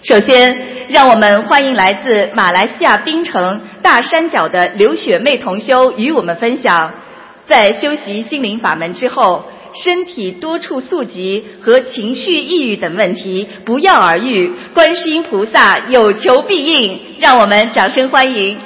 首先，让我们欢迎来自马来西亚槟城大山脚的刘雪妹同修与我们分享，在修习心灵法门之后，身体多处宿疾和情绪抑郁等问题不药而愈，观世音菩萨有求必应，让我们掌声欢迎。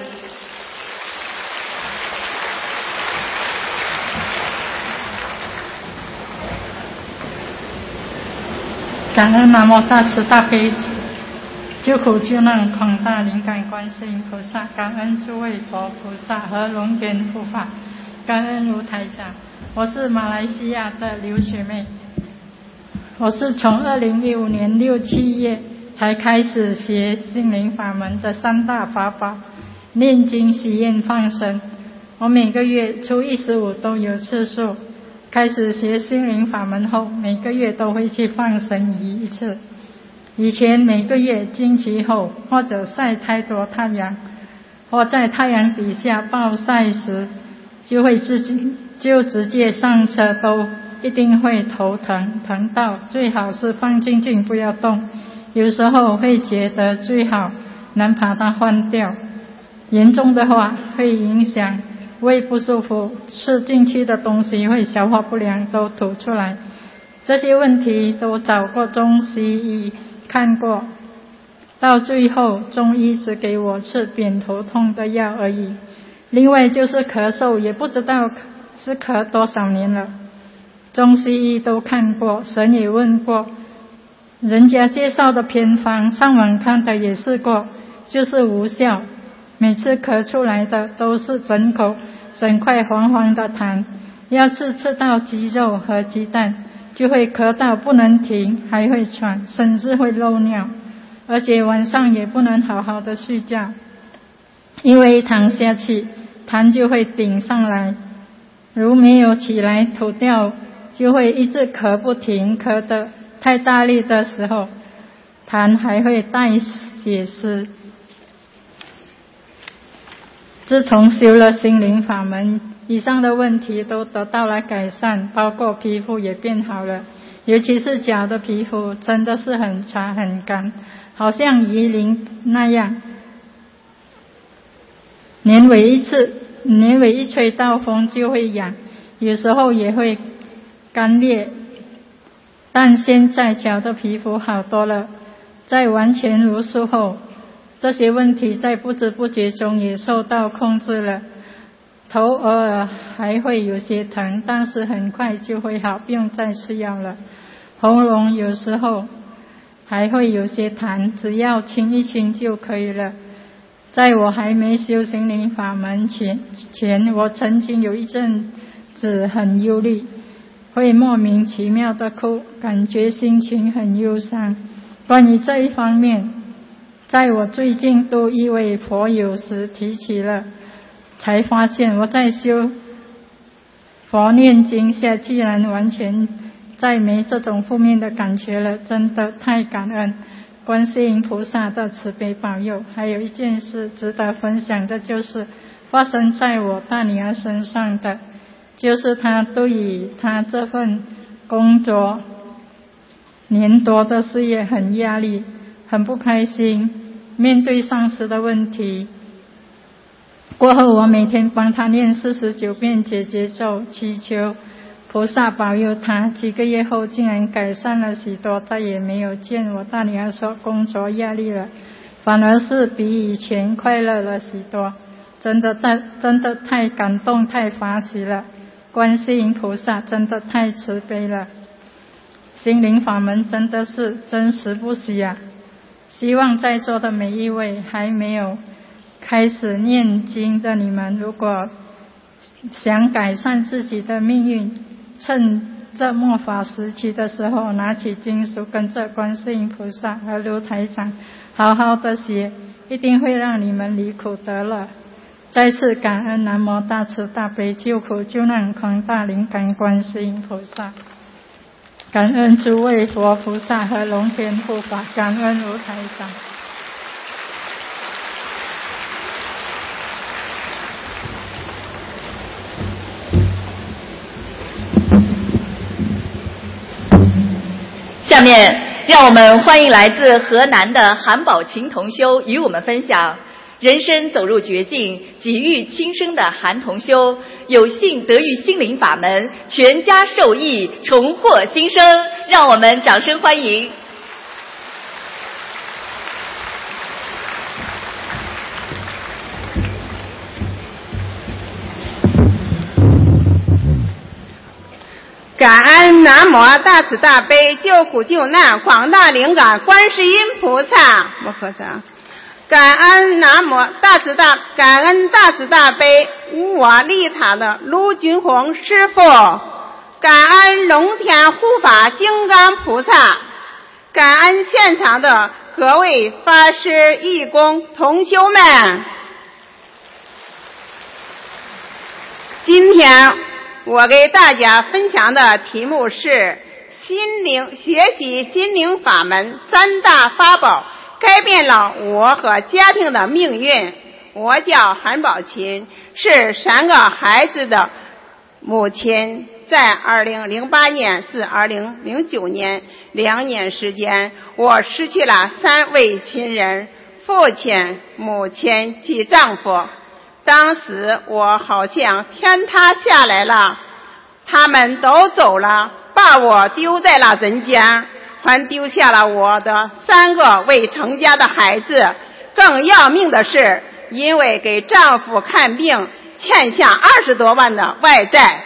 感恩南无大慈大悲救苦救难广大灵感观世音菩萨，感恩诸位佛菩萨和龙天护法，感恩卢台长。我是马来西亚的刘雪妹，我是从2015年6、7月才开始学心灵法门的3大法宝：念经、许愿、放生。我每个月初1、15都有次数。开始学心灵法门后，每个月都会去放生鱼1次。以前每个月经期后，或者晒太多太阳，或在太阳底下暴晒时，就直接上车，都一定会头疼，疼到最好是放静静不要动。有时候会觉得最好能把它换掉，严重的话会影响胃不舒服，吃进去的东西会消化不良，都吐出来。这些问题都找过中西医看过，到最后中医只给我吃扁头痛的药而已。另外就是咳嗽，也不知道是咳多少年了，中西医都看过，神也问过，人家介绍的偏方上网看的也试过，就是无效。每次咳出来的都是整口整块黄黄的痰，要是吃到鸡肉和鸡蛋就会咳到不能停，还会喘，甚至会漏尿，而且晚上也不能好好的睡觉，因为躺下去痰就会顶上来，如没有起来吐掉，就会一直咳不停，咳得太大力的时候痰还会带血丝。自从修了心灵法门，以上的问题都得到了改善，包括皮肤也变好了，尤其是脚的皮肤真的是很差很干，好像鱼鳞那样，年尾一吹到风就会痒，有时候也会干裂。但现在脚的皮肤好多了，在完全如素后，这些问题在不知不觉中也受到控制了。头偶尔还会有些疼，但是很快就会好，不用再吃药了。喉咙有时候还会有些痰，只要清一清就可以了。在我还没修心灵法门前，我曾经有一阵子很忧虑，会莫名其妙的哭，感觉心情很忧伤。关于这一方面，在我最近读一位佛友时提起了，才发现我在修佛念经下居然完全再没这种负面的感觉了，真的太感恩观世音菩萨的慈悲保佑。还有一件事值得分享的，就是发生在我大女儿身上的，就是她对于她这份工作年多的事业很压力，很不开心，面对上司的问题。过后我每天帮他念49遍解结咒，祈求菩萨保佑他。几个月后竟然改善了许多，再也没有见我大女儿说工作压力了，反而是比以前快乐了许多。真的太感动，太法喜了，观世音菩萨真的太慈悲了，心灵法门真的是真实不虚啊！希望在座的每一位还没有开始念经的你们，如果想改善自己的命运，趁这末法时期的时候，拿起经书，跟着观世音菩萨和卢台长好好的学，一定会让你们离苦得乐。再次感恩南无大慈大悲救苦救难广大灵感观世音菩萨，感恩诸位佛菩萨和龙天护法，感恩卢台长。 下面让我们欢迎来自河南的韩宝琴同修与我们分享人生走入绝境，几欲轻生的韩同修有幸得遇心灵法门，全家受益，重获新生。让我们掌声欢迎。 感恩南无大慈大悲救苦救难广大灵感观世音菩萨，我和尚。感恩感恩大慈大悲无我利他的卢军宏师父，感恩龙天护法金刚菩萨，感恩现场的各位法师义工同修们。今天我给大家分享的题目是学习心灵法门三大法宝改变了我和家庭的命运。我叫韩宝琴，是3个孩子的母亲。在2008年至2009年2年时间，我失去了3位亲人，父亲、母亲及丈夫。当时我好像天塌下来了，他们都走了，把我丢在了人间，还丢下了我的3个未成家的孩子。更要命的是，因为给丈夫看病欠下20多万的外债，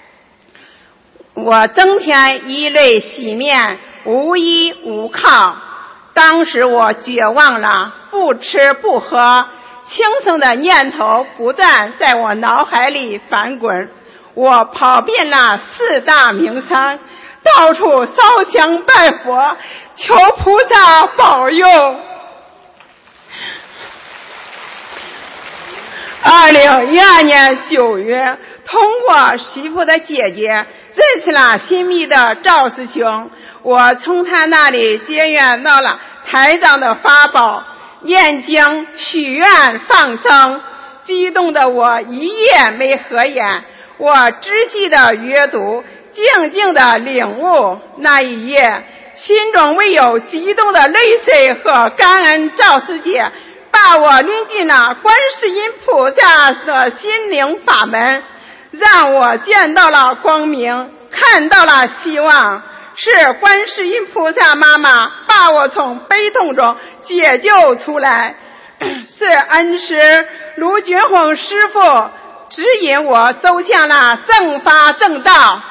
我整天以泪洗面，无依无靠。当时我绝望了，不吃不喝，轻生的念头不断在我脑海里翻滚。我跑遍了4大名山，到处烧香拜佛，求菩萨保佑。2012年9月，通过媳妇的姐姐认识了新密的赵师兄，我从他那里结缘到了台长的法宝，念经许愿放生。激动的我一夜没合眼，我仔细的阅读，静静的领悟。那一夜，心中唯有激动的泪水和感恩赵师姐，把我领进了观世音菩萨的心灵法门，让我见到了光明，看到了希望。是观世音菩萨妈妈把我从悲痛中解救出来，是恩师卢军宏师父指引我走向了正法正道。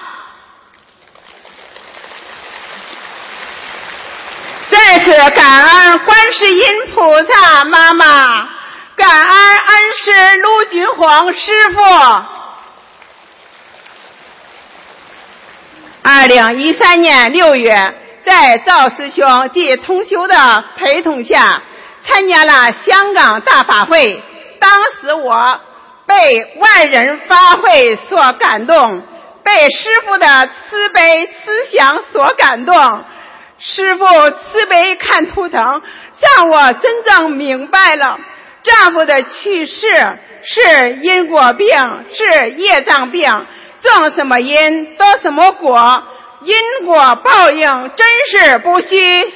再次感恩观世音菩萨妈妈，感恩恩师卢军宏师父。2013年6月，在赵师兄及同修的陪同下，参加了香港大法会。当时我被万人法会所感动，被师父的慈悲慈祥所感动。师父慈悲看图腾，让我真正明白了丈夫的去世是因果病，是业障病，种什么因得什么果，因果报应真是不虚。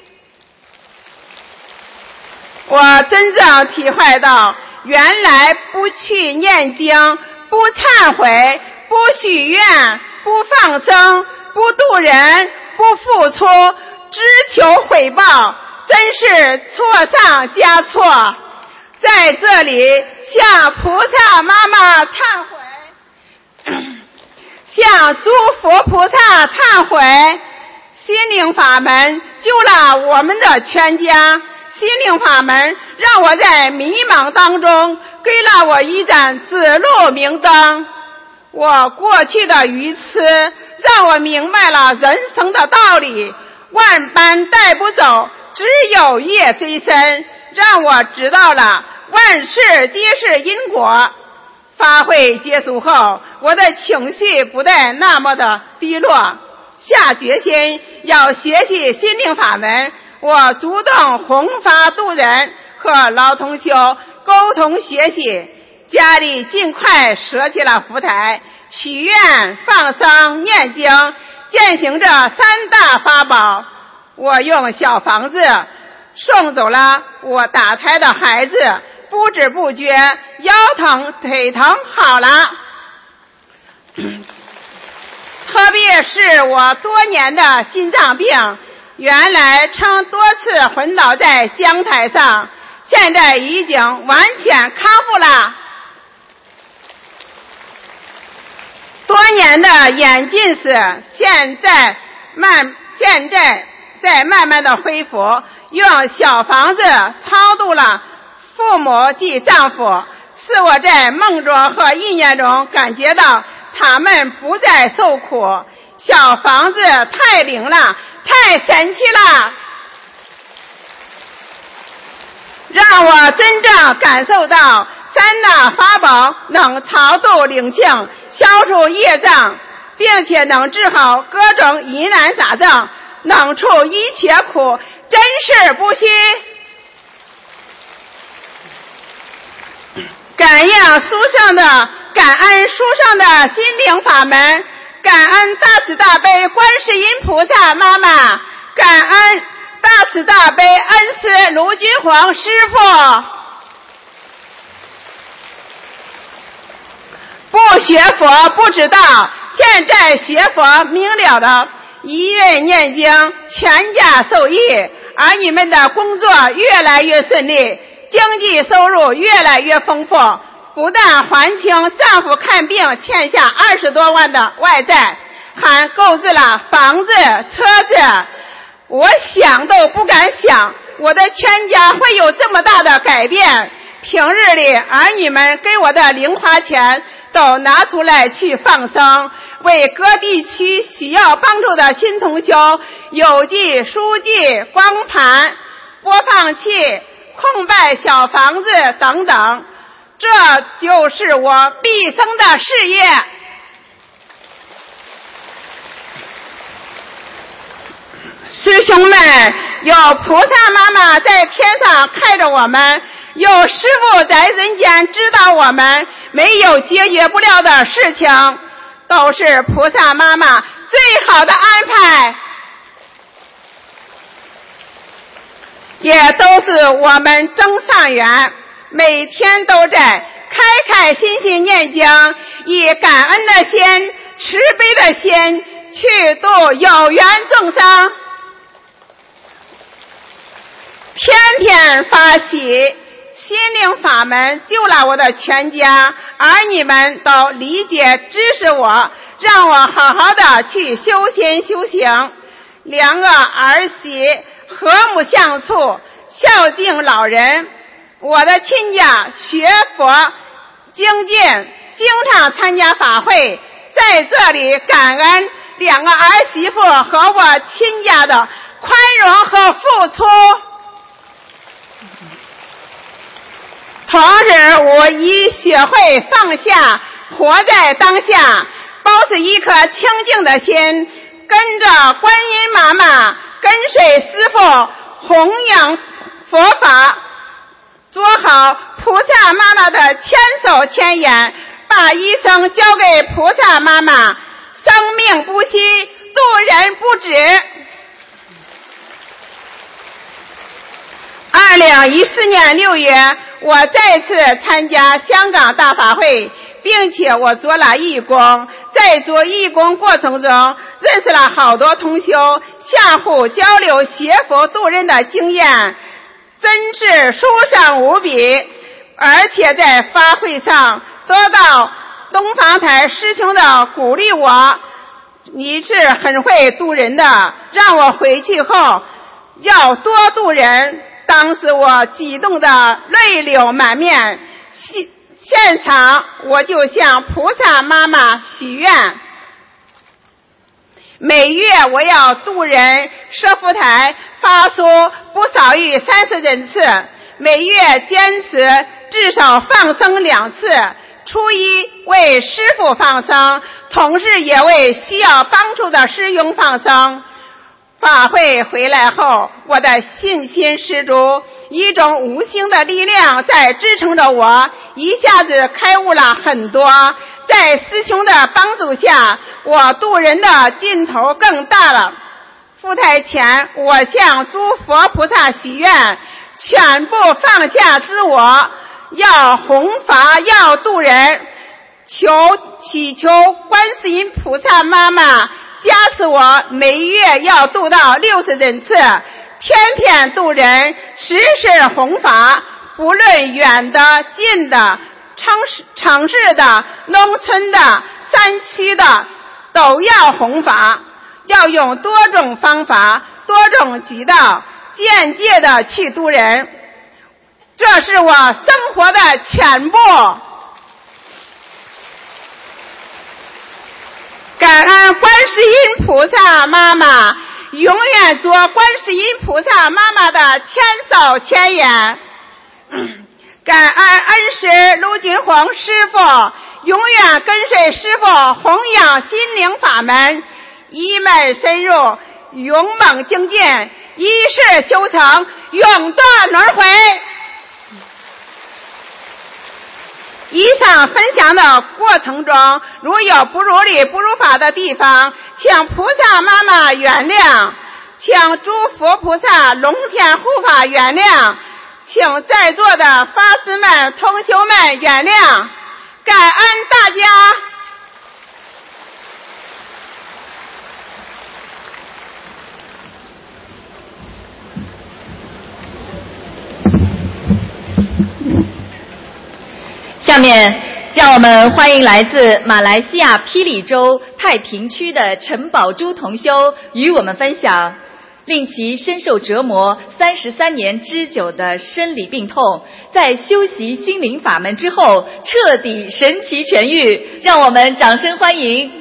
我真正体会到，原来不去念经，不忏悔，不许愿，不放生，不度人，不付出，只求回报，真是错上加错。在这里向菩萨妈妈忏悔，向诸佛菩萨忏悔。心灵法门救了我们的全家，心灵法门让我在迷茫当中给了我一盏指路明灯。我过去的愚痴让我明白了人生的道理，万般带不走，只有业随身，让我知道了万事皆是因果。法会结束后，我的情绪不再那么的低落，下决心要学习心灵法门。我主动弘法度人，和老同修沟通学习，家里尽快设起了福台，许愿放生念经，践行着3大法宝。 我用小房子送走了我打胎的孩子，不知不觉腰疼腿疼好了。特别是我多年的心脏病，原来曾多次昏倒在讲台上，现在已经完全康复了。多年的眼近视现在在慢慢的恢复，用小房子超度了父母及丈夫，使我在梦中和意念中感觉到他们不再受苦。小房子太灵了，太神奇了，让我真正感受到三大法宝能超度灵性，消除业障，并且能治好各种疑难杂症，能除一切苦，真是不虚。感恩书上的心灵法门，感恩大慈大悲观世音菩萨妈妈，感恩大慈大悲恩师卢军煌师父。不学佛不知道，现在学佛明了了，一人念经，全家受益，而你们的工作越来越顺利，经济收入越来越丰富，不但还清丈夫看病欠下20多万的外债，还购置了房子车子。我想都不敢想，我的全家会有这么大的改变。平日里儿女们给我的零花钱都拿出来去放生，为各地区需要帮助的新同修邮寄书籍、光盘、播放器、空白小房子等等，这就是我毕生的事业。师兄们，有菩萨妈妈在天上看着我们，有师父在人间指导我们，没有解决不了的事情，都是菩萨妈妈最好的安排，也都是我们增上缘，每天都在开心念经，以感恩的心、慈悲的心去度有缘众生，天天发喜。心灵法门救了我的全家，儿女们都理解支持我，让我好好的去修心修行。两个儿媳和睦相处，孝敬老人。我的亲家学佛精进，经常参加法会，在这里感恩两个儿媳妇和我亲家的宽容和付出。同时我已学会放下，活在当下，保持一颗清净的心，跟着观音妈妈，跟随师父，弘扬佛法，做好菩萨妈妈的千手千眼，把一生交给菩萨妈妈，生命不息，度人不止。2014年6月，我再次参加香港大法会，并且我做了义工，在做义工过程中认识了好多同修，相互交流学佛度人的经验，真是殊胜无比。而且在法会上得到东方台师兄的鼓励，你是很会度人的，让我回去后要多度人。当时我激动的泪流满面，现场我就向菩萨妈妈许愿，每月我要度人，设佛台发书不少于30人次，每月坚持至少放生2次，初一为师父放生，同时也为需要帮助的师兄放生。法会回来后，我的信心十足，一种无形的力量在支撑着我，一下子开悟了很多。在师兄的帮助下，我度人的劲头更大了。 赴台前，我向诸佛菩萨许愿，全部放下自我，要弘法，要度人，祈求观世音菩萨妈妈加持我，每月要度到60人次，天天度人，时时弘法，不论远的近的，城市的农村的山区的都要弘法，要用多种方法多种渠道间接的去度人，这是我生活的全部。感恩观世音菩萨妈妈，永远做观世音菩萨妈妈的千手千眼。感恩恩师卢金红师傅，永远跟随师傅弘扬心灵法门，一门深入，勇猛精进，一世修成，永断轮回。以上分享的过程中，如有不如理不如法的地方，请菩萨妈妈原谅，请诸佛菩萨龙天护法原谅，请在座的法师们同修们原谅，感恩大家。 下面让我们欢迎来自马来西亚霹雳州太平区的陈宝珠同修与我们分享令其深受折磨33年之久的生理病痛，在修习心灵法门之后彻底神奇痊愈，让我们掌声欢迎。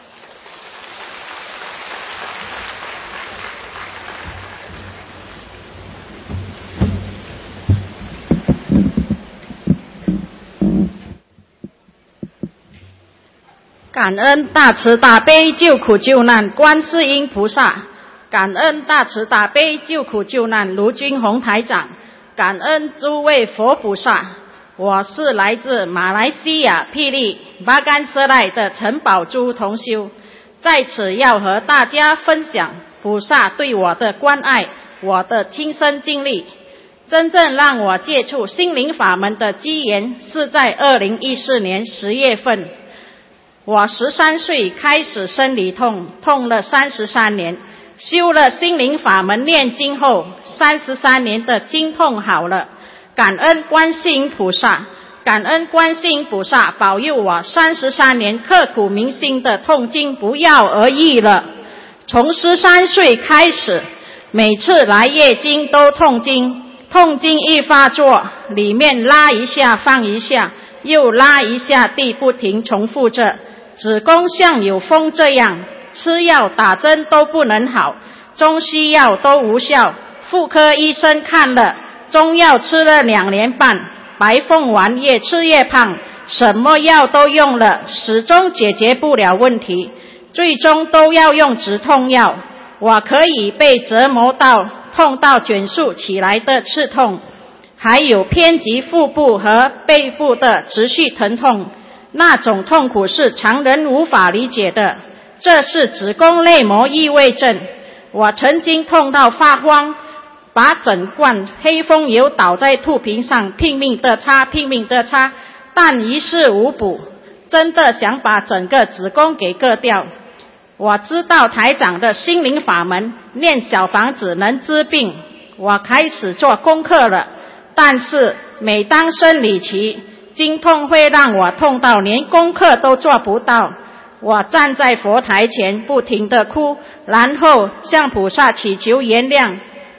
感恩大慈大悲救苦救难观世音菩萨，感恩大慈大悲救苦救难卢军宏台长，感恩诸位佛菩萨。我是来自马来西亚霹雳巴干色赖的陈宝珠同修，在此要和大家分享菩萨对我的关爱，我的亲身经历。真正让我接触心灵法门的机缘是在2014年10月份。我13岁开始生理痛，痛了33年，修了心灵法门念经后，33年的经痛好了，感恩观世音菩萨，感恩观世音菩萨保佑我33年刻骨铭心的痛经不药而愈了。从13岁开始，每次来月经都痛经，痛经一发作，里面拉一下放一下，又拉一下地，不停重复着。子宫像有风这样，吃药打针都不能好，中西药都无效，妇科医生看了，中药吃了2年半，白凤丸越吃越胖，什么药都用了，始终解决不了问题，最终都要用止痛药。我可以被折磨到痛到卷束起来的刺痛，还有偏及腹部和背部的持续疼痛，那种痛苦是常人无法理解的，这是子宫内膜异位症。我曾经痛到发慌，把整罐黑蜂油倒在吐瓶上，拼命的擦，但于事无补，真的想把整个子宫给割掉。我知道台长的心灵法门，念小房子能治病，我开始做功课了，但是每当生理期，经痛会让我痛到连功课都做不到，我站在佛台前不停地哭，然后向菩萨祈求原谅，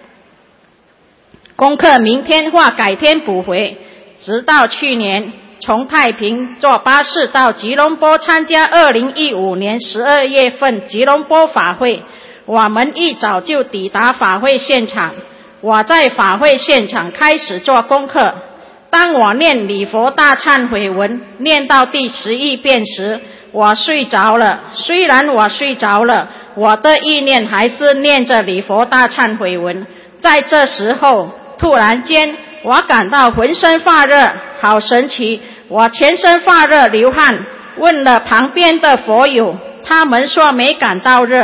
功课明天或改天补回。直到去年从太平坐巴士到吉隆坡参加2015年12月份吉隆坡法会，我们一早就抵达法会现场。我在法会现场开始做功课，当我念礼佛大忏悔文念到第11遍时，我睡着了。虽然我睡着了，我的意念还是念着礼佛大忏悔文。在这时候，突然间我感到浑身发热，好神奇，我全身发热流汗，问了旁边的佛友，他们说没感到热，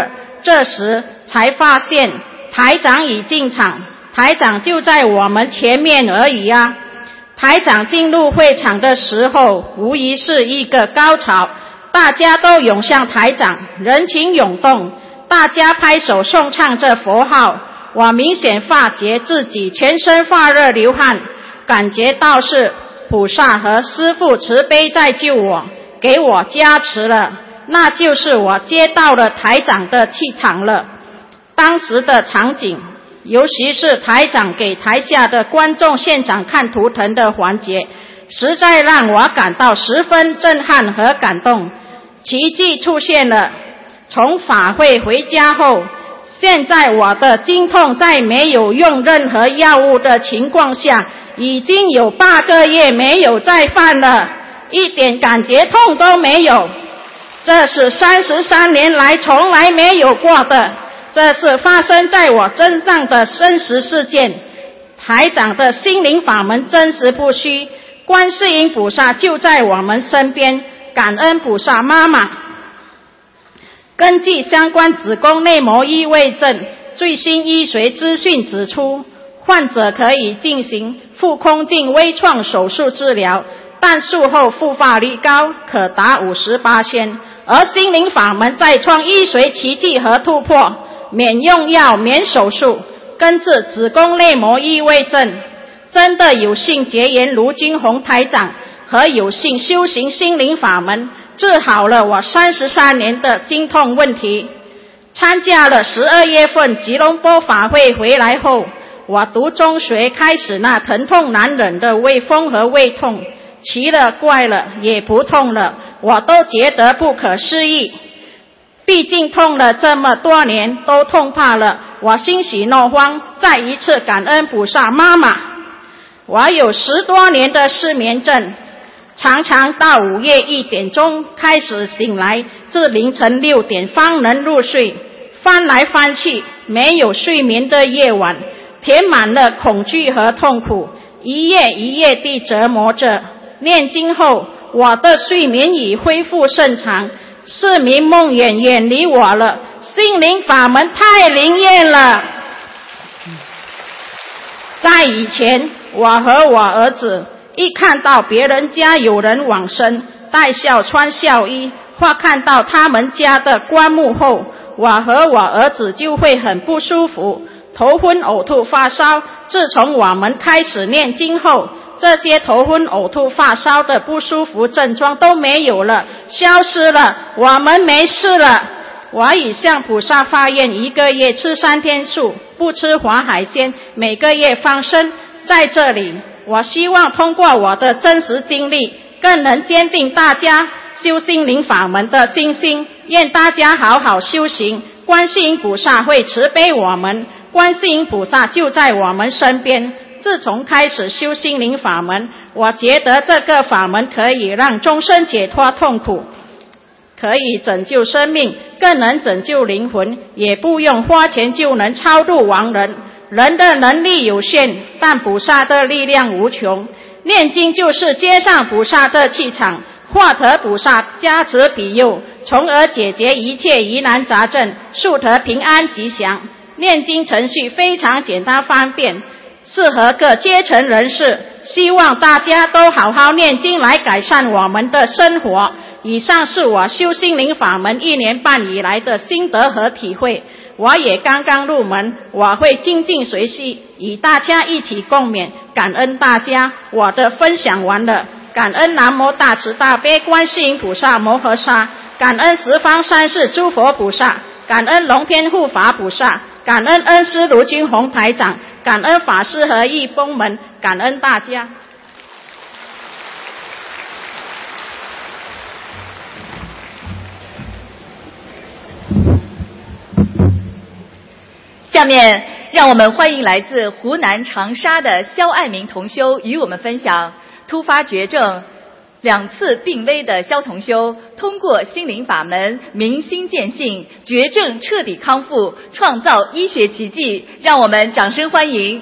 这时才发现台长已进场，台长就在我们前面而已啊。台长进入会场的时候，无疑是一个高潮，大家都涌向台长，人群涌动，大家拍手颂唱着佛号。我明显发觉自己全身发热流汗，感觉到是菩萨和师父慈悲在救我，给我加持了，那就是我接到了台长的气场了。当时的场景，尤其是台长给台下的观众现场看图腾的环节，实在让我感到十分震撼和感动。奇迹出现了，从法会回家后，现在我的经痛在没有用任何药物的情况下，已经有8个月没有再犯了，一点感觉痛都没有。这是33年来从来没有过的，这是发生在我身上的真实事件。台长的心灵法门真实不虚，观世音菩萨就在我们身边，感恩菩萨妈妈。根据相关子宫内膜异位症最新医学资讯指出，患者可以进行腹腔镜微创手术治疗，但术后复发率高，可达50%。而心灵法门再创医学奇迹和突破，免用药免手术，根治子宫内膜异位症。真的有幸结缘卢军宏台长，和有幸修行心灵法门，治好了我33年的经痛问题。参加了12月份吉隆坡法会回来后，我读中学开始那疼痛难忍的胃风和胃痛，奇了怪了也不痛了，我都觉得不可思议。毕竟痛了这么多年都痛怕了，我欣喜若慌，再一次感恩菩萨妈妈。我有10多年的失眠症，常常到午夜1点钟开始醒来，至凌晨6点方能入睡，翻来翻去，没有睡眠的夜晚，填满了恐惧和痛苦，一夜一夜地折磨着。念经后，我的睡眠已恢复正常，市民梦魇远离我了，心灵法门太灵验了。在以前，我和我儿子一看到别人家有人往生，戴孝穿孝衣，或看到他们家的棺木后，我和我儿子就会很不舒服，头昏呕吐发烧。自从我们开始念经后，这些头昏呕吐发烧的不舒服症状都没有了，消失了，我们没事了。我已向菩萨发愿，1个月吃3天素，不吃活海鲜，每个月放生。在这里，我希望通过我的真实经历，更能坚定大家修心灵法门的信心。愿大家好好修行，观世音菩萨会慈悲我们，观世音菩萨就在我们身边。自从开始修心灵法门，我觉得这个法门可以让众生解脱痛苦，可以拯救生命，更能拯救灵魂，也不用花钱就能超度亡人。人的能力有限，但菩萨的力量无穷。念经就是接上菩萨的气场，获得菩萨加持庇佑，从而解决一切疑难杂症，速得平安吉祥。念经程序非常简单方便，适合各阶层人士，希望大家都好好念经来改善我们的生活。以上是我修心灵法门1年半以来的心得和体会。我也刚刚入门，我会精进学习，与大家一起共勉。感恩大家，我的分享完了。感恩南无大慈大悲观世音菩萨摩诃萨，感恩十方三世诸佛菩萨，感恩龙天护法菩萨，感恩恩师卢军宏台长，感恩法师和义工们，感恩大家。 下面让我们欢迎来自湖南长沙的肖爱民同修与我们分享突发绝症2次病危的肖同修通过心灵法门明心见性，绝症彻底康复，创造医学奇迹，让我们掌声欢迎。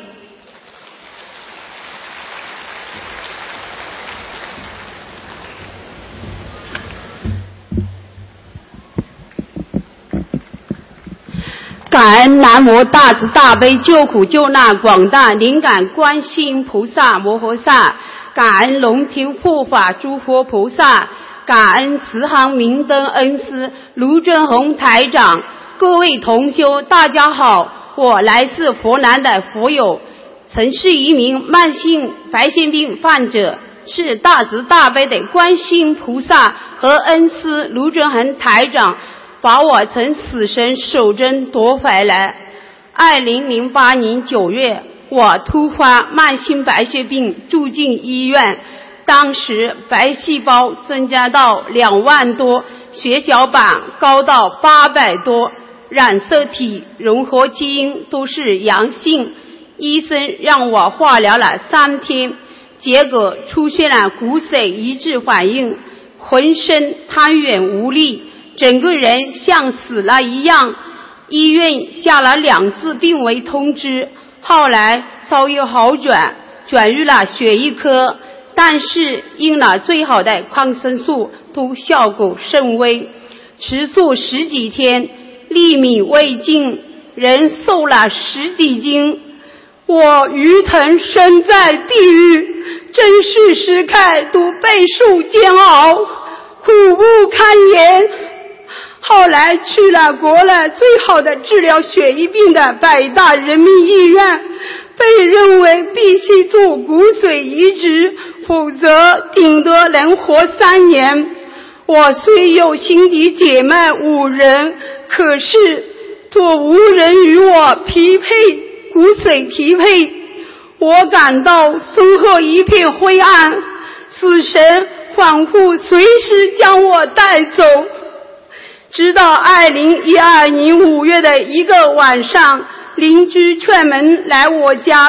感恩南无大慈大悲救苦救难广大灵感观世音菩萨摩诃萨，感恩龙天护法诸佛菩萨，感恩慈航明灯恩师卢俊宏台长。各位同修大家好，我来自湖南的佛友，曾是一名慢性白血病患者，是大慈大悲的观世音菩萨和恩师卢俊宏台长把我从死神手中夺回来。2008年9月，我突发慢性白血病住进医院，当时白细胞增加到2万多，血小板高到800多，染色体融合基因都是阳性。医生让我化疗了3天，结果出现了骨髓移植反应，浑身瘫软无力，整个人像死了一样。医院下了2次病危通知，后来稍有好转，转入了血液科，但是用了最好的抗生素都效果甚微，持续10几天，粒米未进，人瘦了10几斤。我如同身在地狱，真实时刻都备受煎熬，苦不堪言。后来去了国内最好的治疗血液病的北大人民医院，被认为必须做骨髓移植，否则顶多能活3年。我虽有兄弟姐妹5人，可是都无人与我匹配骨髓匹配，我感到身后一片灰暗，死神仿佛随时将我带走。直到2012年5月的一个晚上，邻居串门来我家，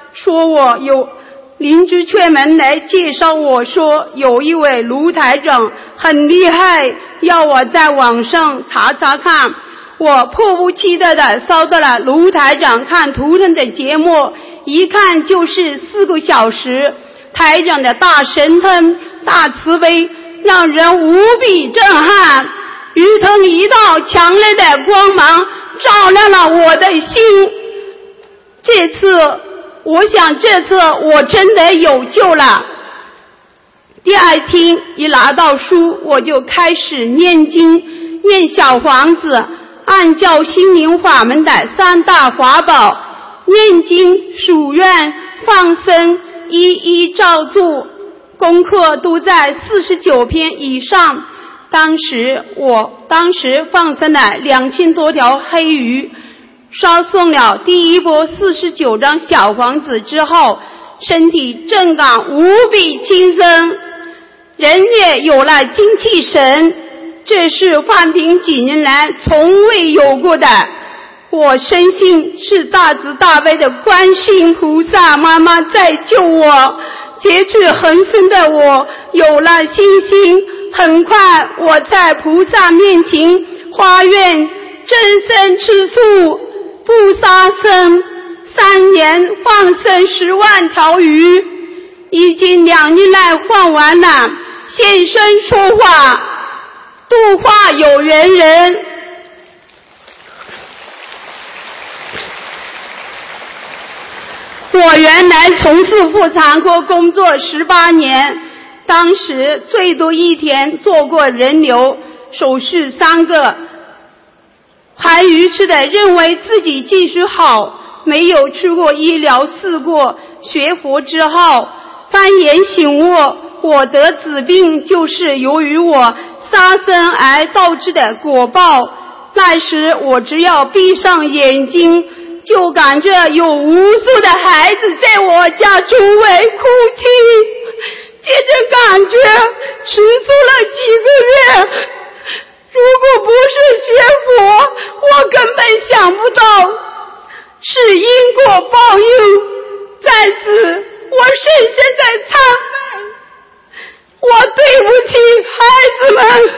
邻居串门来介绍我说有一位卢台长很厉害，要我在网上查查看。我迫不及待地搜到了卢台长看图腾的节目，一看就是4个小时。台长的大神通大慈悲让人无比震撼，如同一道强烈的光芒照亮了我的心。我想这次我真的有救了。第2天一拿到书，我就开始念经，念小房子，按照心灵法门的3大法宝，念经、许愿、放生，一一照做，功课都在49篇以上。当时放生了2000多条黑鱼，烧送了第一波49张小房子之后，身体正感无比轻松，人也有了精气神，这是范平几年来从未有过的。我深信是大慈大悲的观世音菩萨妈妈在救我，结去恒生的我有了信心。很快我在菩萨面前发愿，真身吃素，不杀生，3年放生10万条鱼，已经2年来放完了，现身说法，度化有缘人。我原来从事妇产科工作18年，当时最多一天做过人流手术3个，还愚痴的认为自己技术好，没有出过医疗事故。学佛之后幡然醒悟，我得此病就是由于我杀生而导致的果报。那时我只要闭上眼睛，就感觉有无数的孩子在我家周围哭泣，接着感觉持续了几个月。如果不是学佛，我根本想不到是因果报应。在此我深深的忏悔，我对不起孩子们。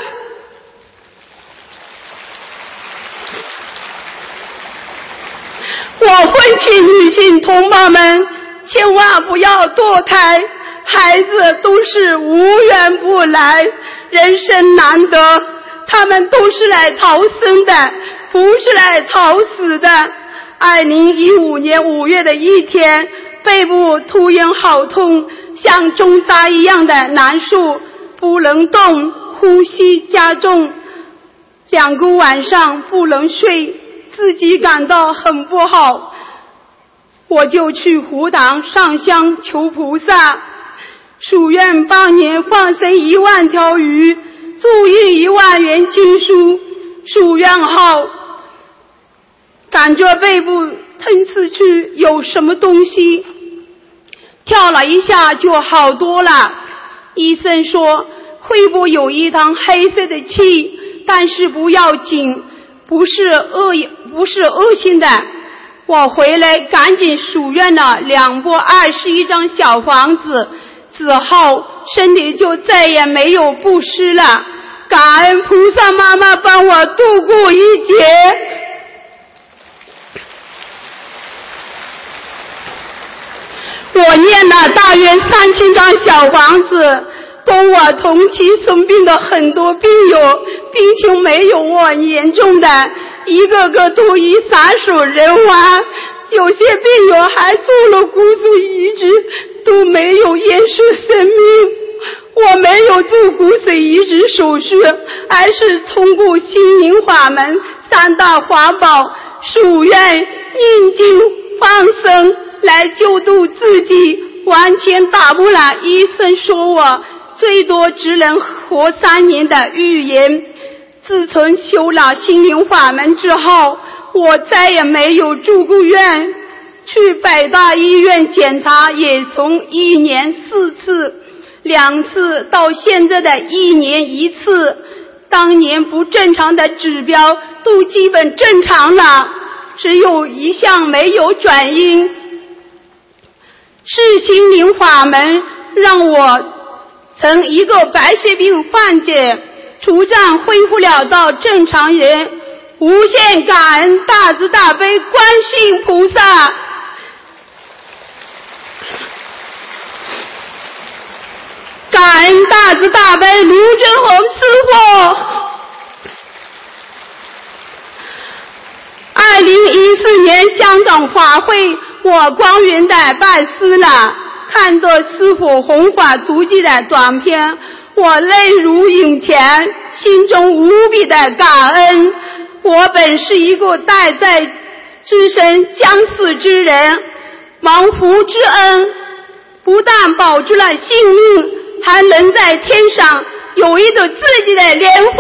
我恳请女性同胞们千万不要堕胎，孩子都是无缘不来，人生难得，他们都是来逃生的， 不是来逃死的。2015年5月的一天，背部突然好痛，像中扎一样的难受，不能动，呼吸加重，2个晚上不能睡，自己感到很不好，我就去湖塘上香求菩萨，许愿8年放生1万条鱼，注印1万元经书。许愿后，感觉背部疼刺去有什么东西，跳了一下就好多了。医生说肺部有一团黑色的气，但是不要紧，不是恶性的。我回来赶紧许愿了2波21张小房子，之后身体就再也没有不适了。感恩菩萨妈妈帮我度过一劫。我念了大约3000张小房子，跟我同期生病的很多病友，病情没有我严重的，一个个都已撒手人寰，有些病友还做了骨髓移植，都没有延续生命。我没有做骨髓移植手术，而是通过心灵法门3大法宝许愿、念经、放生来救度自己，完全打不了医生说我最多只能活3年的预言。自从修了心灵法门之后，我再也没有住过院，去北大医院检查也从1年4次2次到现在的1年1次，当年不正常的指标都基本正常了，只有一项没有转阴。是心灵法门让我从一个白血病患者逐渐恢复了到正常人，无限感恩大慈大悲观世音菩萨。感恩大慈大悲卢真红师父。2014年香港法会，我光荣的拜师了，看到师父弘法足迹的短片，我泪如涌泉，心中无比的感恩。我本是一个待在之身将死之人，蒙福之恩，不但保住了性命，还能在天上有一朵自己的莲花。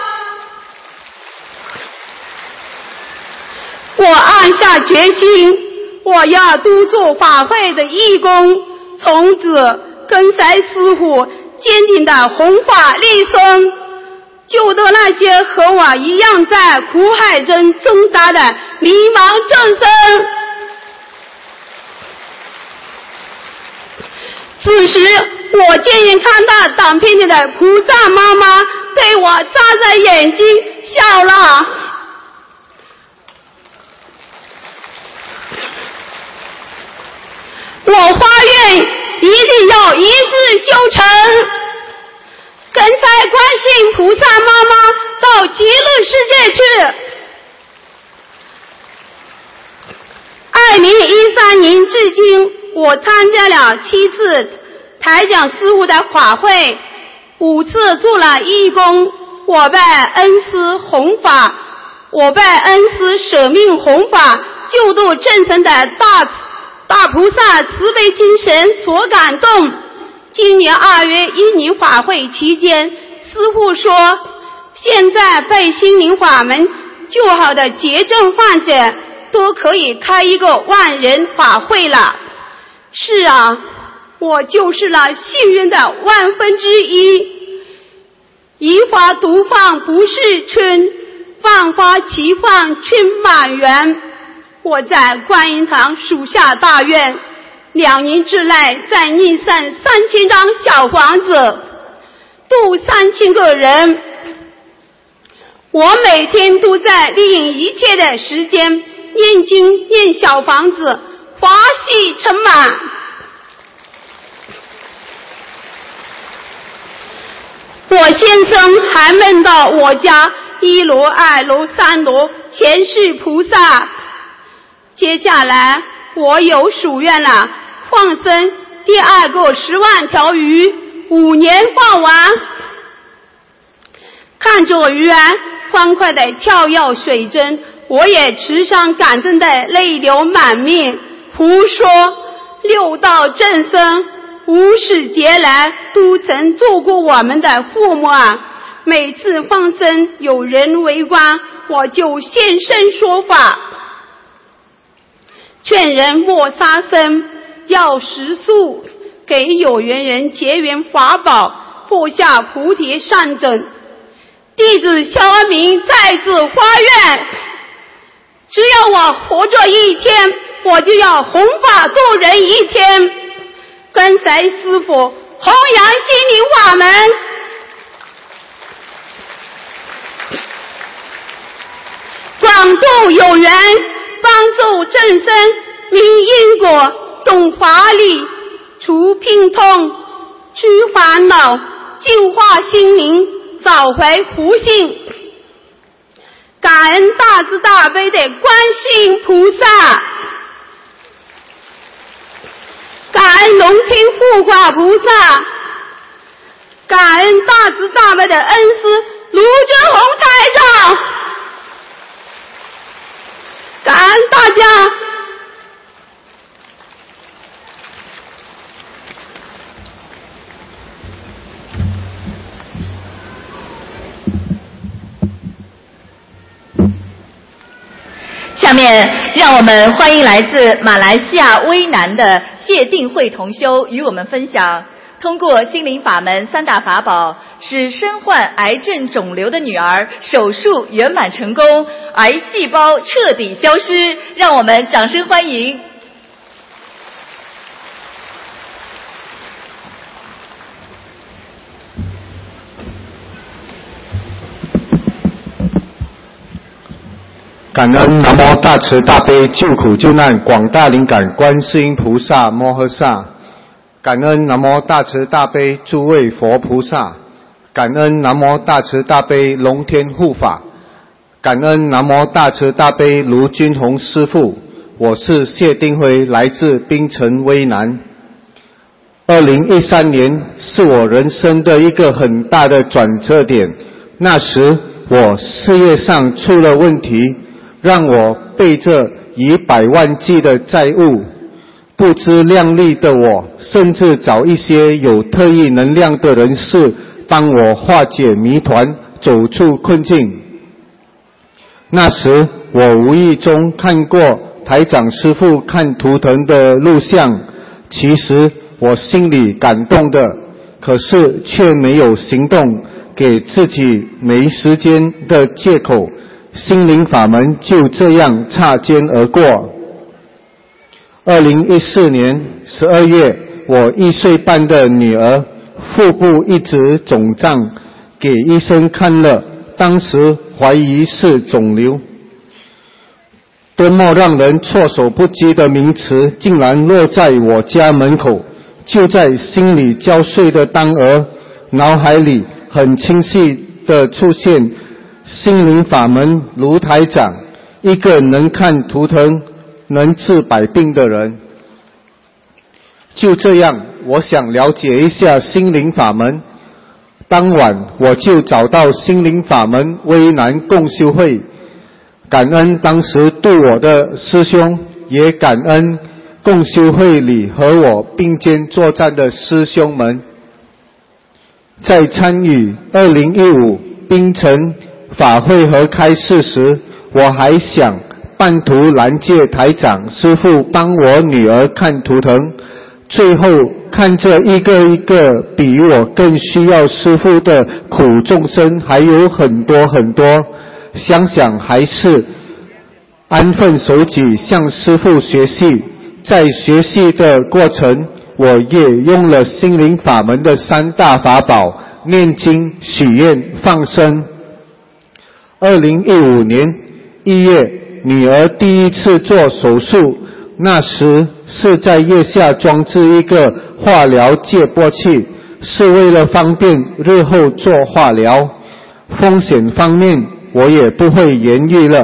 我暗下决心，我要多做法会的义工，从此跟随师父坚定的弘法利生，救得那些和我一样在苦海中挣扎的迷茫众生。此时我竟然看到短片里的菩萨妈妈对我眨着眼睛笑了。我发愿一定要一世修成，跟随观世音菩萨妈妈到极乐世界去。2013年至今，我参加了7次台讲师父的法会，5次做了义工。我被恩师弘法，我被恩师舍命弘法，救度众生的大菩萨慈悲精神所感动。今年2月1年法会期间，师父说，现在被心灵法门救好的绝症患者都可以开一个万人法会了。是啊，我就是那幸运的1/1000。宜花独放不是春，万花齐放春满园。我在观音堂属下大愿，2年之内再念上3000张小房子，度3000个人。我每天都在利用一切的时间念经念小房子，法喜充满。我先生还梦到我家1楼、2楼、3楼前世菩萨。接下来我有夙愿了，放生第二个10万条鱼，5年放完。看着鱼儿欢快的跳跃水中，我也慈祥感动的泪流满面。胡说，6道众生无始劫来都曾做过我们的父母啊！每次放生有人围观，我就现身说法，劝人莫杀生，要食素，给有缘人结缘法宝，播下菩提善种。弟子肖恩明再次发愿，只要我活着一天，我就要弘法度人一天，跟随师父弘扬心灵法门，广度有缘，帮助众生明因果，懂法理，除病痛，去烦恼，净化心灵，找回福性。感恩大慈大悲的观世音菩萨，感恩龙天护法菩萨，感恩大慈大悲的恩师卢军宏台长，感恩大家。 下面让我们欢迎来自马来西亚威南的谢定慧同修与我们分享，通过心灵法门3大法宝，使身患癌症肿瘤的女儿手术圆满成功，癌细胞彻底消失。让我们掌声欢迎。 感恩南无大慈大悲救苦救难广大灵感观世音菩萨摩诃萨，感恩南无大慈大悲诸位佛菩萨，感恩南无大慈大悲龙天护法，感恩南无大慈大悲卢军宏师父。我是谢定辉，来自槟城威南。2013年是我人生的一个很大的转折点，那时我事业上出了问题，让我背着以100万计的债务，不知量力的我，甚至找一些有特异能量的人士帮我化解谜团，走出困境。那时我无意中看过台长师父看图腾的录像，其实我心里感动的，可是却没有行动，给自己没时间的借口。心灵法门就这样擦肩而过。2014年12月，我1岁半的女儿腹部一直肿胀，给医生看了，当时怀疑是肿瘤。多么让人措手不及的名词竟然落在我家门口。就在心里交瘁的当儿，脑海里很清晰地出现心灵法门卢台长，一个能看图腾能治百病的人。就这样，我想了解一下心灵法门。当晚我就找到心灵法门威南共修会，感恩当时度我的师兄，也感恩共修会里和我并肩作战的师兄们。在参与2015槟城法会和开示时，我还想半途拦截台长师父帮我女儿看图腾，最后看着一个一个比我更需要师父的苦众生还有很多很多，想想还是安分守己向师父学习。在学习的过程，我也用了心灵法门的3大法宝，念经、许愿、放生。2015年1月，女儿第一次做手术，那时是在腋下装置一个化疗介波器，是为了方便日后做化疗。风险方面我也不会言喻了，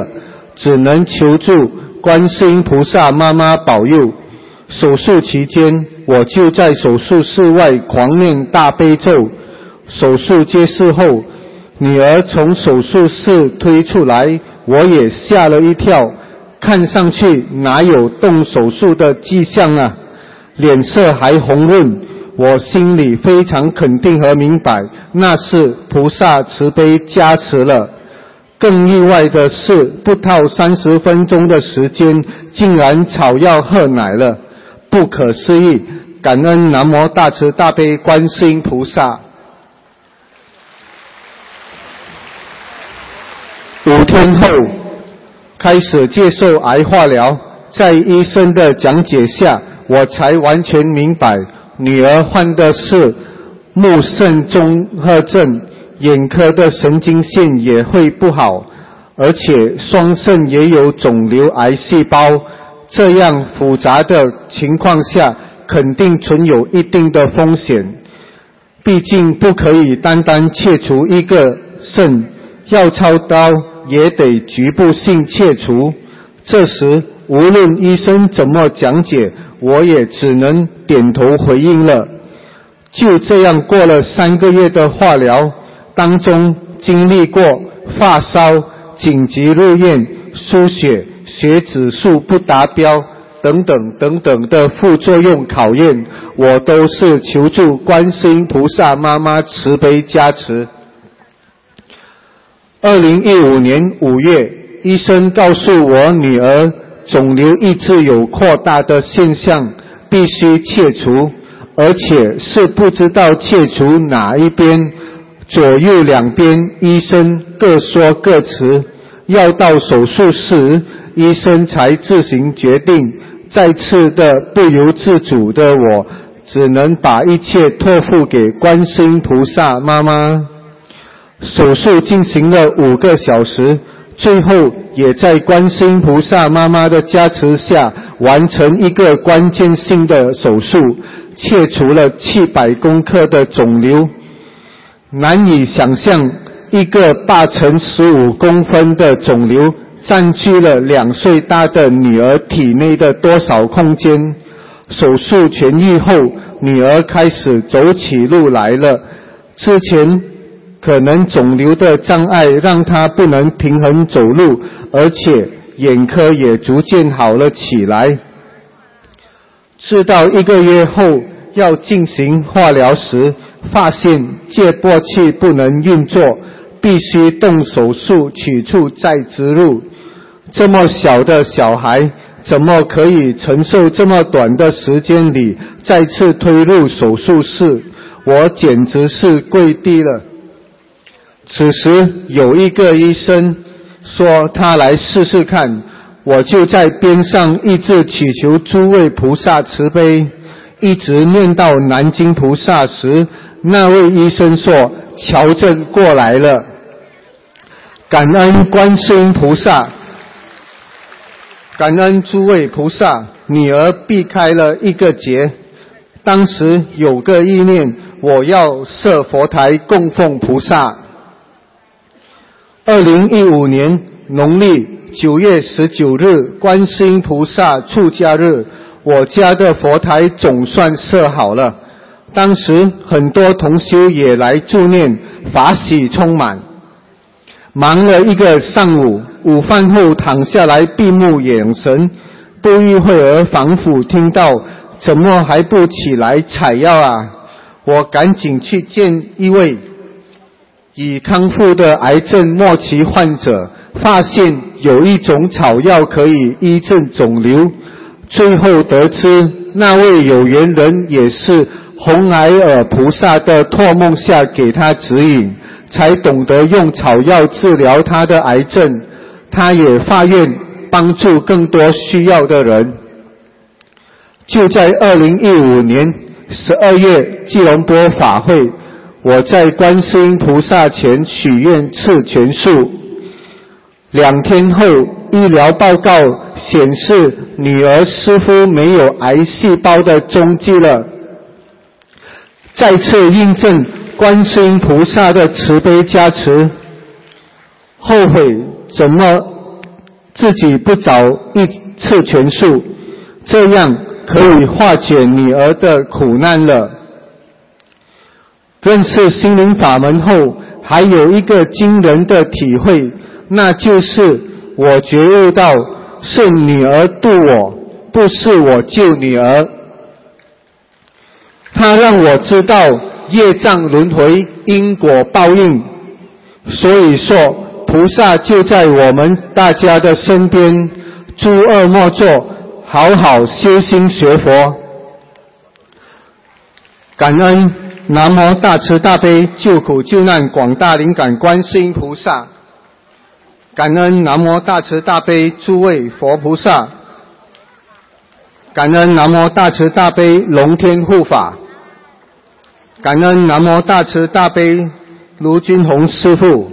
只能求助观世音菩萨妈妈保佑。手术期间，我就在手术室外狂念大悲咒。手术结束后，女儿从手术室推出来，我也吓了一跳，看上去哪有动手术的迹象啊，脸色还红润。我心里非常肯定和明白，那是菩萨慈悲加持了。更意外的是，不到30分钟的时间，竟然草药喝奶了，不可思议！感恩南无大慈大悲观世音菩萨。5天后，开始接受癌化疗，在医生的讲解下，我才完全明白，女儿患的是目肾综合症，眼科的神经线也会不好，而且双肾也有肿瘤癌细胞，这样复杂的情况下，肯定存有一定的风险。毕竟不可以单单切除一个肾，要操刀也得局部性切除。这时无论医生怎么讲解，我也只能点头回应了。就这样过了3个月的化疗，当中经历过发烧、紧急入院、输血、血指数不达标等等的副作用考验，我都是求助观世音菩萨妈妈慈悲加持。2015年5月，医生告诉我女儿肿瘤一直有扩大的现象，必须切除，而且是不知道切除哪一边，左右两边医生各说各辞，要到手术室，医生才自行决定。再次的不由自主的我，只能把一切托付给观世音菩萨妈妈。手术进行了5个小时，最后也在观世音菩萨妈妈的加持下，完成一个关键性的手术，切除了700公克的肿瘤。难以想象，一个8乘15公分的肿瘤占据了2岁大的女儿体内的多少空间。手术痊愈后，女儿开始走起路来了。之前可能肿瘤的障碍让她不能平衡走路，而且眼科也逐渐好了起来。直到1个月后要进行化疗时，发现介波器不能运作，必须动手术取出再植入。这么小的小孩怎么可以承受这么短的时间里再次推入手术室？我简直是跪地了。此时有一个医生说他来试试看，我就在边上一直祈求诸位菩萨慈悲，一直念到南京菩萨时，那位医生说乔正过来了。感恩观世音菩萨，感恩诸位菩萨，女儿避开了一个劫。当时有个意念，我要设佛台供奉菩萨。2015年农历9月19日，观世音菩萨出家日，我家的佛台总算设好了。当时很多同修也来助念，法喜充满。忙了一个上午，午饭后躺下来闭目养神，不一会儿仿佛听到怎么还不起来采药啊？我赶紧去见一位已康复的癌症末期患者，发现有一种草药可以医治肿瘤。最后得知那位有缘人也是红孩儿菩萨的托梦下给他指引，才懂得用草药治疗他的癌症。他也发愿帮助更多需要的人。就在2015年12月吉隆坡法会，我在观世音菩萨前许愿吃全素。2天后，医疗报告显示女儿似乎没有癌细胞的踪迹了，再次印证观世音菩萨的慈悲加持。后悔怎么自己不找一次全数，这样可以化解女儿的苦难了。认识心灵法门后，还有一个惊人的体会，那就是我觉悟到是女儿度我，不是我救女儿。它让我知道业障轮回，因果报应。所以说菩萨就在我们大家的身边，诸恶莫作，好好修心学佛。感恩南无大慈大悲救苦救难广大灵感观世音菩萨，感恩南无大慈大悲诸位佛菩萨，感恩南无大慈大悲龙天护法，感恩南无大慈大悲卢军宏师父。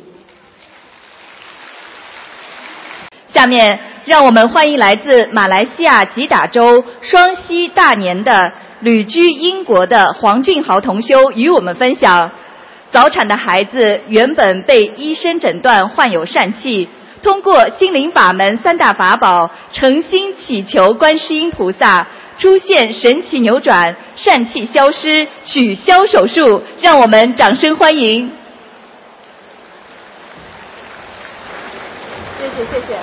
下面让我们欢迎来自马来西亚吉打州双溪大年的旅居英国的黄俊豪同修与我们分享，早产的孩子原本被医生诊断患有疝气，通过心灵法门三大法宝，诚心祈求观世音菩萨出现神奇扭转，疝气消失，取消手术，让我们掌声欢迎。谢谢。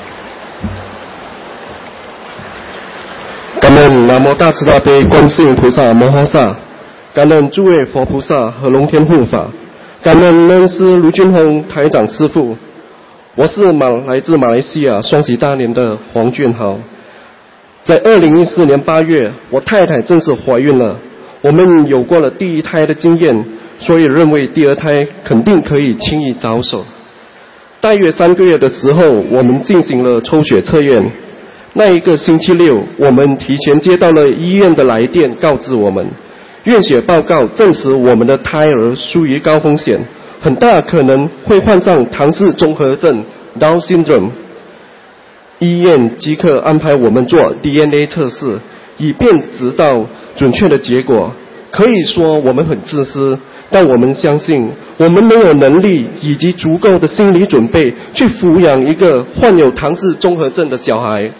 感恩南无大慈大悲观世音菩萨摩诃萨，感恩诸位佛菩萨和龙天护法，感恩恩师卢军宏台长师父。我是来自马来西亚双溪大年的黄俊豪。在2014年8月，我太太正式怀孕了，我们有过了第一胎的经验，所以认为第二胎肯定可以轻易着手。大约3个月的时候，我们进行了抽血测验。那一个星期六，我们提前接到了医院的来电，告知我们验血报告证实我们的胎儿属于高风险，很大可能会患上唐氏综合症 Down syndrome。 医院即刻安排我们做 DNA 测试，以便知道准确的结果。可以说我们很自私，但我们相信我们没有能力以及足够的心理准备去抚养一个患有唐氏综合症的小孩。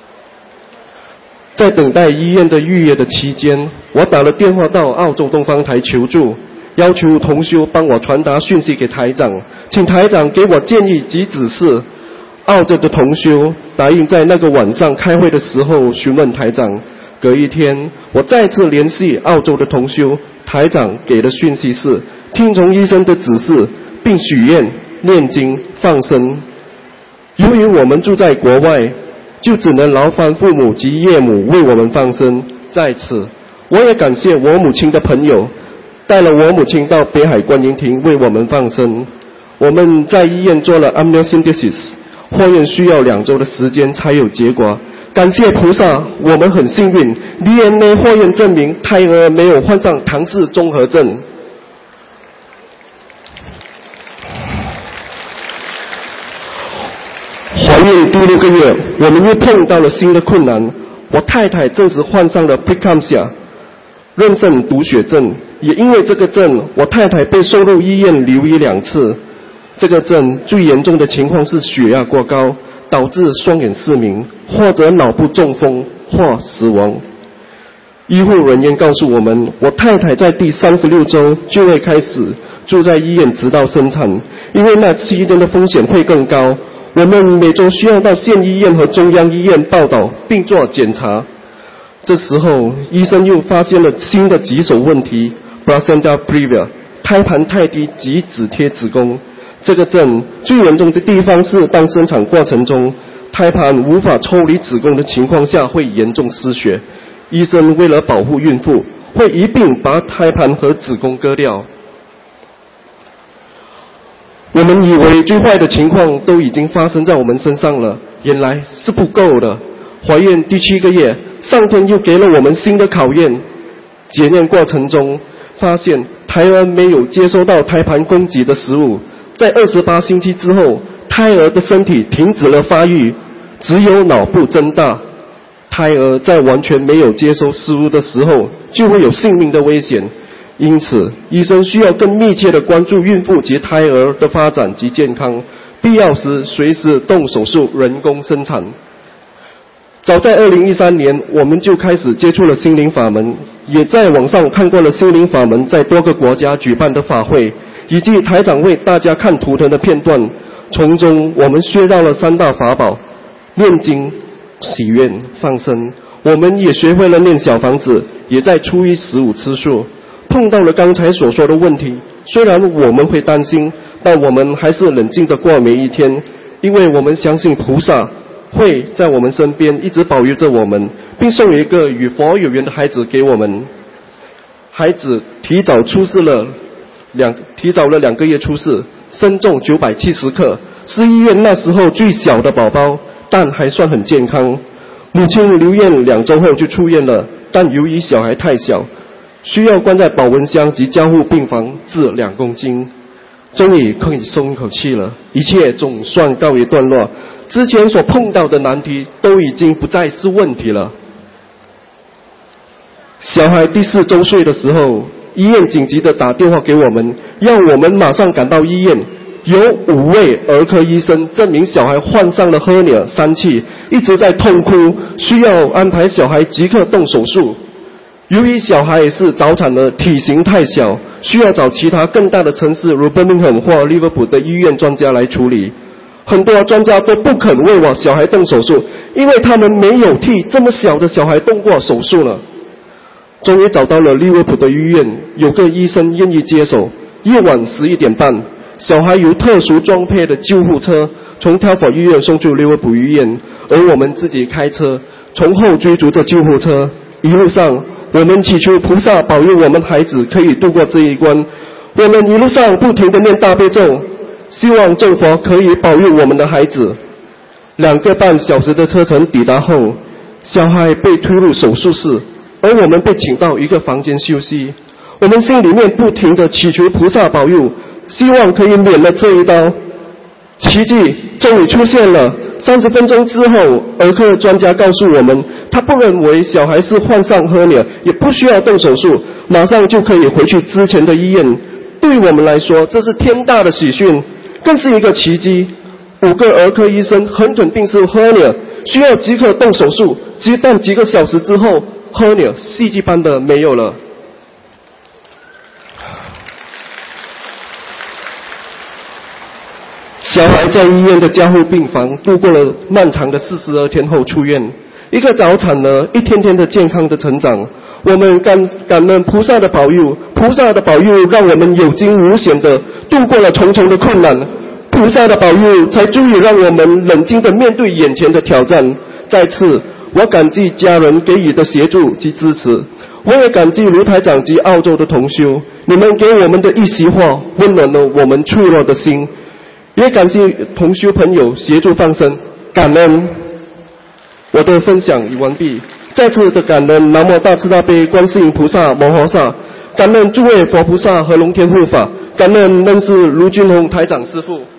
在等待医院的预约的期间，我打了电话到澳洲东方台求助，要求同修帮我传达讯息给台长，请台长给我建议及指示。澳洲的同修答应在那个晚上开会的时候询问台长。隔一天，我再次联系澳洲的同修，台长给的讯息是听从医生的指示，并许愿、念经、放生。由于我们住在国外，就只能劳烦父母及岳母为我们放生。在此，我也感谢我母亲的朋友，带了我母亲到北海观音亭为我们放生。我们在医院做了 amniocentesis， 化验需要2周的时间才有结果。感谢菩萨，我们很幸运 ，DNA 化验证明胎儿没有患上唐氏综合症。怀孕第6个月，我们又碰到了新的困难。我太太证实患上了 preeclampsia 妊娠毒血症，也因为这个症，我太太被送入医院留医2次。这个症最严重的情况是血压过高，导致双眼失明，或者脑部中风或死亡。医护人员告诉我们，我太太在第36周就会开始住在医院直到生产，因为那7天的风险会更高。我们每周需要到县医院和中央医院报到并做检查。这时候医生又发现了新的棘手问题 placenta previa， 胎盘太低及只贴子宫。这个症最严重的地方是当生产过程中胎盘无法抽离子宫的情况下会严重失血，医生为了保护孕妇会一并把胎盘和子宫割掉。我们以为最坏的情况都已经发生在我们身上了，原来是不够的。怀孕第7个月，上天又给了我们新的考验。检验过程中发现胎儿没有接收到胎盘供给的食物，在28星期之后，胎儿的身体停止了发育，只有脑部增大。胎儿在完全没有接收食物的时候，就会有性命的危险。因此，医生需要更密切地关注孕妇及胎儿的发展及健康， 必要时随时动手术人工生产。早在2013年，我们就开始接触了心灵法门，也在网上看过了心灵法门在多个国家举办的法会，以及台长为大家看图腾的片段，从中我们学到了3大法宝：念经、许愿、放生。我们也学会了念小房子，也在初一15吃素。碰到了刚才所说的问题，虽然我们会担心，但我们还是冷静地过每一天，因为我们相信菩萨会在我们身边一直保佑着我们，并送一个与佛有缘的孩子给我们。孩子提早了2个月出世，身重970克，是医院那时候最小的宝宝，但还算很健康。母亲留院2周后就出院了，但由于小孩太小，需要关在保温箱及加护病房治2公斤。终于可以松一口气了，一切总算告一段落。之前所碰到的难题都已经不再是问题了。小孩第4周岁的时候，医院紧急的打电话给我们，要我们马上赶到医院。有5位儿科医生证明小孩患上了赫尼尔3期，一直在痛哭，需要安排小孩即刻动手术。由于小孩是早产儿，体型太小，需要找其他更大的城市如 Birmingham 或 Liverpool 的医院专家来处理。很多专家都不肯为我小孩动手术，因为他们没有替这么小的小孩动过手术呢。终于找到了利物浦的医院，有个医生愿意接手。夜晚11点半，小孩由特殊装配的救护车从挑佛医院送去利物浦医院，而我们自己开车从后追逐着救护车。一路上，我们祈求菩萨保佑我们孩子可以度过这一关。我们一路上不停地念大悲咒，希望众佛可以保佑我们的孩子。2个半小时的车程抵达后，小孩被推入手术室，而我们被请到一个房间休息。我们心里面不停地祈求菩萨保佑，希望可以免了这一刀。奇迹终于出现了。30分钟之后，儿科专家告诉我们，他不认为小孩是患上赫尼尔，也不需要动手术，马上就可以回去之前的医院。对我们来说，这是天大的喜讯，更是一个奇迹。5个儿科医生很肯定是赫尼尔，需要即刻动手术，但几个小时之后，赫尼尔戏剧般的没有了。小孩在医院的加护病房度过了漫长的42天后出院，一个早产儿一天天的健康的成长。我们感恩菩萨的保佑，菩萨的保佑让我们有惊无险的度过了重重的困难，菩萨的保佑才足以让我们冷静的面对眼前的挑战。再次，我感激家人给予的协助及支持，我也感激卢台长及澳洲的同修，你们给我们的一席话温暖了我们脆弱的心。也感谢同修朋友协助放生，感恩。我的分享已完毕，再次的感恩南无大慈大悲观世音菩萨摩诃萨，感恩诸位佛菩萨和龙天护法，感恩恩师卢军宏台长师父。